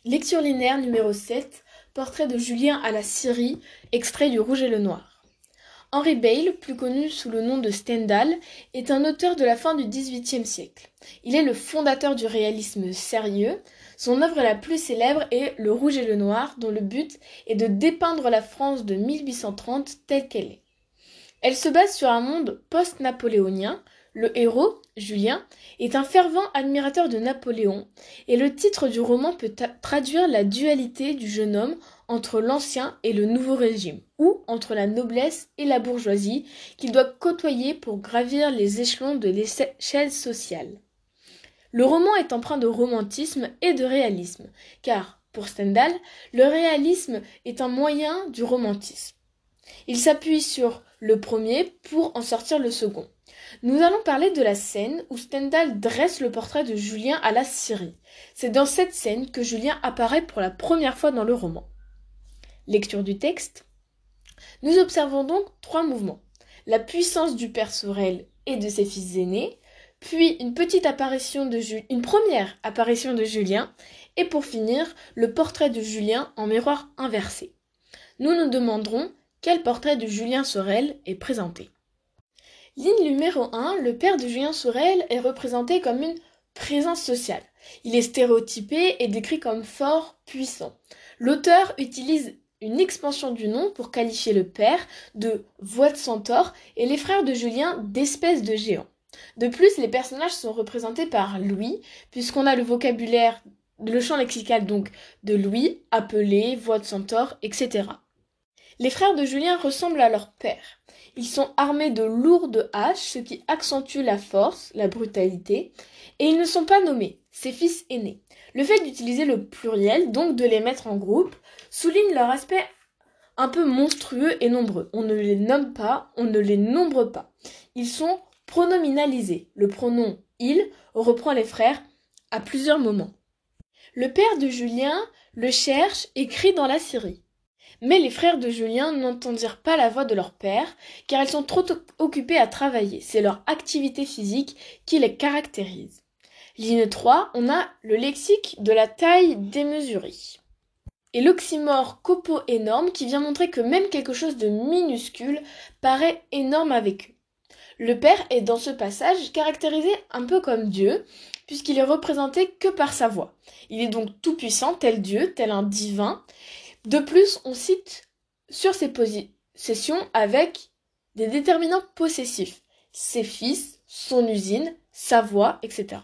Lecture linéaire numéro 7, portrait de Julien à la Syrie, extrait du Rouge et le Noir. Henry Bale, plus connu sous le nom de Stendhal, est un auteur de la fin du XVIIIe siècle. Il est le fondateur du réalisme sérieux. Son œuvre la plus célèbre est Le Rouge et le Noir, dont le but est de dépeindre la France de 1830 telle qu'elle est. Elle se base sur un monde post-napoléonien. Le héros, Julien, est un fervent admirateur de Napoléon, et le titre du roman peut traduire la dualité du jeune homme entre l'ancien et le nouveau régime, ou entre la noblesse et la bourgeoisie qu'il doit côtoyer pour gravir les échelons de l'échelle sociale. Le roman est empreint de romantisme et de réalisme, car, pour Stendhal, le réalisme est un moyen du romantisme. Il s'appuie sur le premier pour en sortir le second. Nous allons parler de la scène où Stendhal dresse le portrait de Julien à la Syrie. C'est dans cette scène que Julien apparaît pour la première fois dans le roman. Lecture du texte. Nous observons donc 3 mouvements. La puissance du père Sorel et de ses fils aînés, puis une première apparition de Julien, et pour finir, le portrait de Julien en miroir inversé. Nous nous demanderons quel portrait de Julien Sorel est présenté. Ligne numéro 1, le père de Julien Sorel est représenté comme une présence sociale. Il est stéréotypé et décrit comme fort, puissant. L'auteur utilise une expansion du nom pour qualifier le père de voix de centaure et les frères de Julien d'espèces de géants. De plus, les personnages sont représentés par Louis, puisqu'on a le vocabulaire, le champ lexical donc de Louis, appelé, voix de centaure, etc. Les frères de Julien ressemblent à leur père. Ils sont armés de lourdes haches, ce qui accentue la force, la brutalité, et ils ne sont pas nommés, ses fils aînés. Le fait d'utiliser le pluriel, donc de les mettre en groupe, souligne leur aspect un peu monstrueux et nombreux. On ne les nomme pas, on ne les nombre pas. Ils sont pronominalisés. Le pronom « il » reprend les frères à plusieurs moments. Le père de Julien le cherche et crie dans la Syrie. Mais les frères de Julien n'entendirent pas la voix de leur père, car ils sont trop occupés à travailler. C'est leur activité physique qui les caractérise. Ligne 3, on a le lexique de la taille démesurée. Et l'oxymore copo énorme qui vient montrer que même quelque chose de minuscule paraît énorme avec eux. Le père est dans ce passage caractérisé un peu comme Dieu, puisqu'il est représenté que par sa voix. Il est donc tout puissant, tel Dieu, tel un divin. De plus, on cite sur ses possessions avec des déterminants possessifs. Ses fils, son usine, sa voix, etc.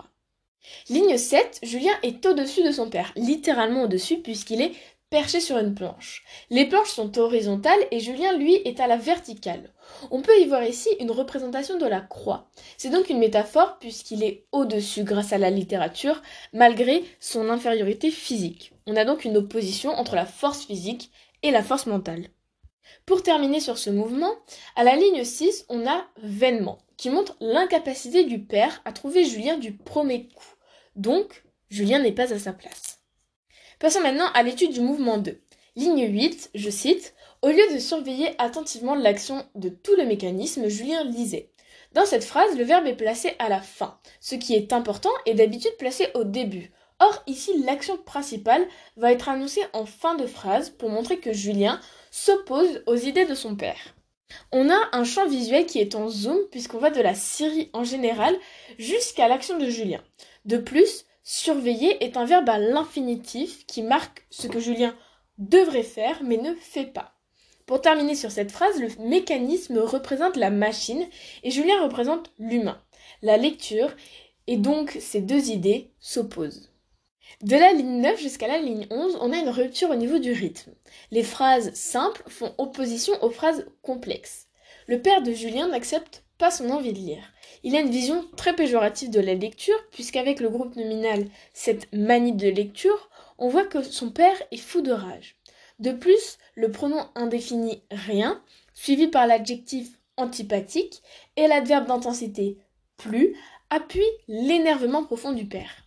Ligne 7, Julien est au-dessus de son père, littéralement au-dessus puisqu'il est perché sur une planche. Les planches sont horizontales et Julien, lui, est à la verticale. On peut y voir ici une représentation de la croix. C'est donc une métaphore puisqu'il est au-dessus grâce à la littérature, malgré son infériorité physique. On a donc une opposition entre la force physique et la force mentale. Pour terminer sur ce mouvement, à la ligne 6, on a vainement, qui montre l'incapacité du père à trouver Julien du premier coup. Donc, Julien n'est pas à sa place. Passons maintenant à l'étude du mouvement 2. Ligne 8, je cite, « Au lieu de surveiller attentivement l'action de tout le mécanisme, Julien lisait. » Dans cette phrase, le verbe est placé à la fin. Ce qui est important est d'habitude placé au début. Or, ici, l'action principale va être annoncée en fin de phrase pour montrer que Julien s'oppose aux idées de son père. On a un champ visuel qui est en zoom puisqu'on va de la Syrie en général jusqu'à l'action de Julien. De plus, surveiller est un verbe à l'infinitif qui marque ce que Julien devrait faire mais ne fait pas. Pour terminer sur cette phrase, le mécanisme représente la machine et Julien représente l'humain. La lecture et donc ces deux idées s'opposent. De la ligne 9 jusqu'à la ligne 11, on a une rupture au niveau du rythme. Les phrases simples font opposition aux phrases complexes. Le père de Julien n'accepte pas son envie de lire. Il a une vision très péjorative de la lecture, puisqu'avec le groupe nominal « cette manie de lecture », on voit que son père est fou de rage. De plus, le pronom indéfini « rien », suivi par l'adjectif « antipathique » et l'adverbe d'intensité « plus », appuie l'énervement profond du père.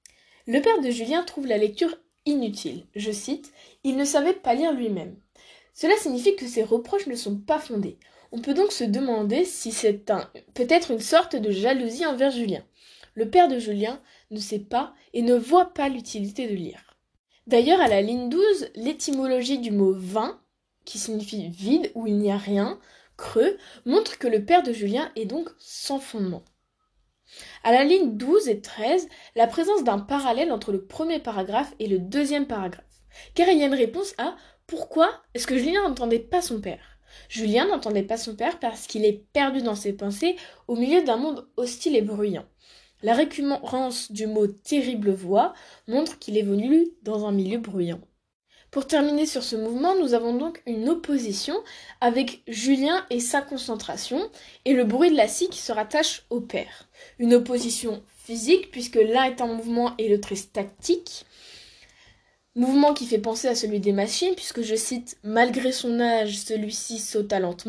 Le père de Julien trouve la lecture inutile. Je cite, « Il ne savait pas lire lui-même ». Cela signifie que ses reproches ne sont pas fondés. On peut donc se demander si c'est peut-être une sorte de jalousie envers Julien. Le père de Julien ne sait pas et ne voit pas l'utilité de lire. D'ailleurs, à la ligne 12, l'étymologie du mot vin, qui signifie vide où il n'y a rien, creux, montre que le père de Julien est donc sans fondement. À la ligne 12 et 13, la présence d'un parallèle entre le premier paragraphe et le deuxième paragraphe. Car il y a une réponse à pourquoi est-ce que Julien n'entendait pas son père. Julien n'entendait pas son père parce qu'il est perdu dans ses pensées au milieu d'un monde hostile et bruyant. La récurrence du mot terrible voix montre qu'il évolue dans un milieu bruyant. Pour terminer sur ce mouvement, nous avons donc une opposition avec Julien et sa concentration et le bruit de la scie qui se rattache au père. Une opposition physique puisque l'un est en mouvement et l'autre est tactique. Mouvement qui fait penser à celui des machines puisque je cite « Malgré son âge, celui-ci sauta lentement ».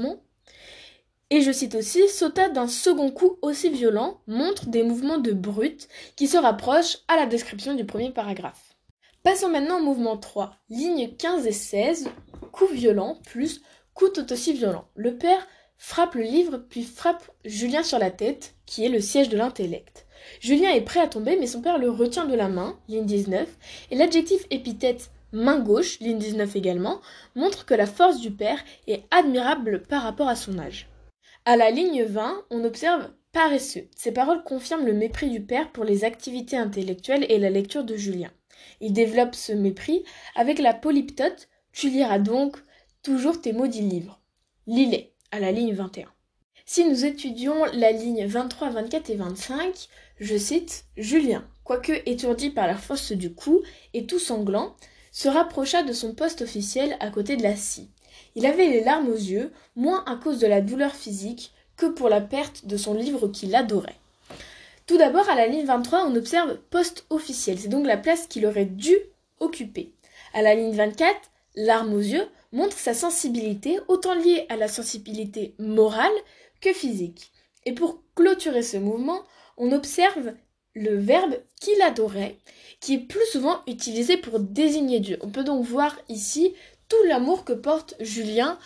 Et je cite aussi « Sauta d'un second coup aussi violent, montre des mouvements de brute qui se rapprochent à la description du premier paragraphe ». Passons maintenant au mouvement 3, lignes 15 et 16, coup violent plus coup tout aussi violent. Le père frappe le livre puis frappe Julien sur la tête, qui est le siège de l'intellect. Julien est prêt à tomber mais son père le retient de la main, ligne 19, et l'adjectif épithète main gauche, ligne 19 également, montre que la force du père est admirable par rapport à son âge. À la ligne 20, on observe paresseux. Ces paroles confirment le mépris du père pour les activités intellectuelles et la lecture de Julien. Il développe ce mépris avec la polyptote « Tu liras donc toujours tes maudits livres ». Lis-les, à la ligne 21. Si nous étudions la ligne 23, 24 et 25, je cite « Julien, quoique étourdi par la force du coup et tout sanglant, se rapprocha de son poste officiel à côté de la scie. Il avait les larmes aux yeux, moins à cause de la douleur physique que pour la perte de son livre qu'il adorait. » Tout d'abord, à la ligne 23, on observe poste officiel. C'est donc la place qu'il aurait dû occuper. À la ligne 24, larmes aux yeux montre sa sensibilité, autant liée à la sensibilité morale que physique. Et pour clôturer ce mouvement, on observe le verbe qu'il adorait, qui est plus souvent utilisé pour désigner Dieu. On peut donc voir ici tout l'amour que porte Julien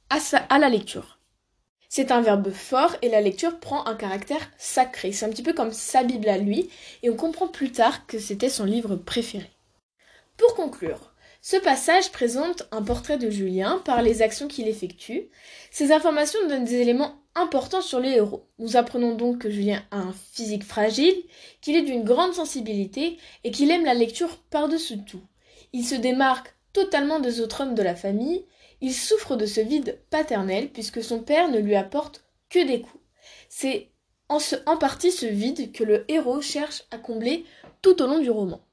à la lecture. C'est un verbe fort et la lecture prend un caractère sacré. C'est un petit peu comme sa Bible à lui et on comprend plus tard que c'était son livre préféré. Pour conclure, ce passage présente un portrait de Julien par les actions qu'il effectue. Ces informations donnent des éléments importants sur les héros. Nous apprenons donc que Julien a un physique fragile, qu'il est d'une grande sensibilité et qu'il aime la lecture par-dessus tout. Il se démarque totalement des autres hommes de la famille. Il souffre de ce vide paternel puisque son père ne lui apporte que des coups. C'est en partie ce vide que le héros cherche à combler tout au long du roman.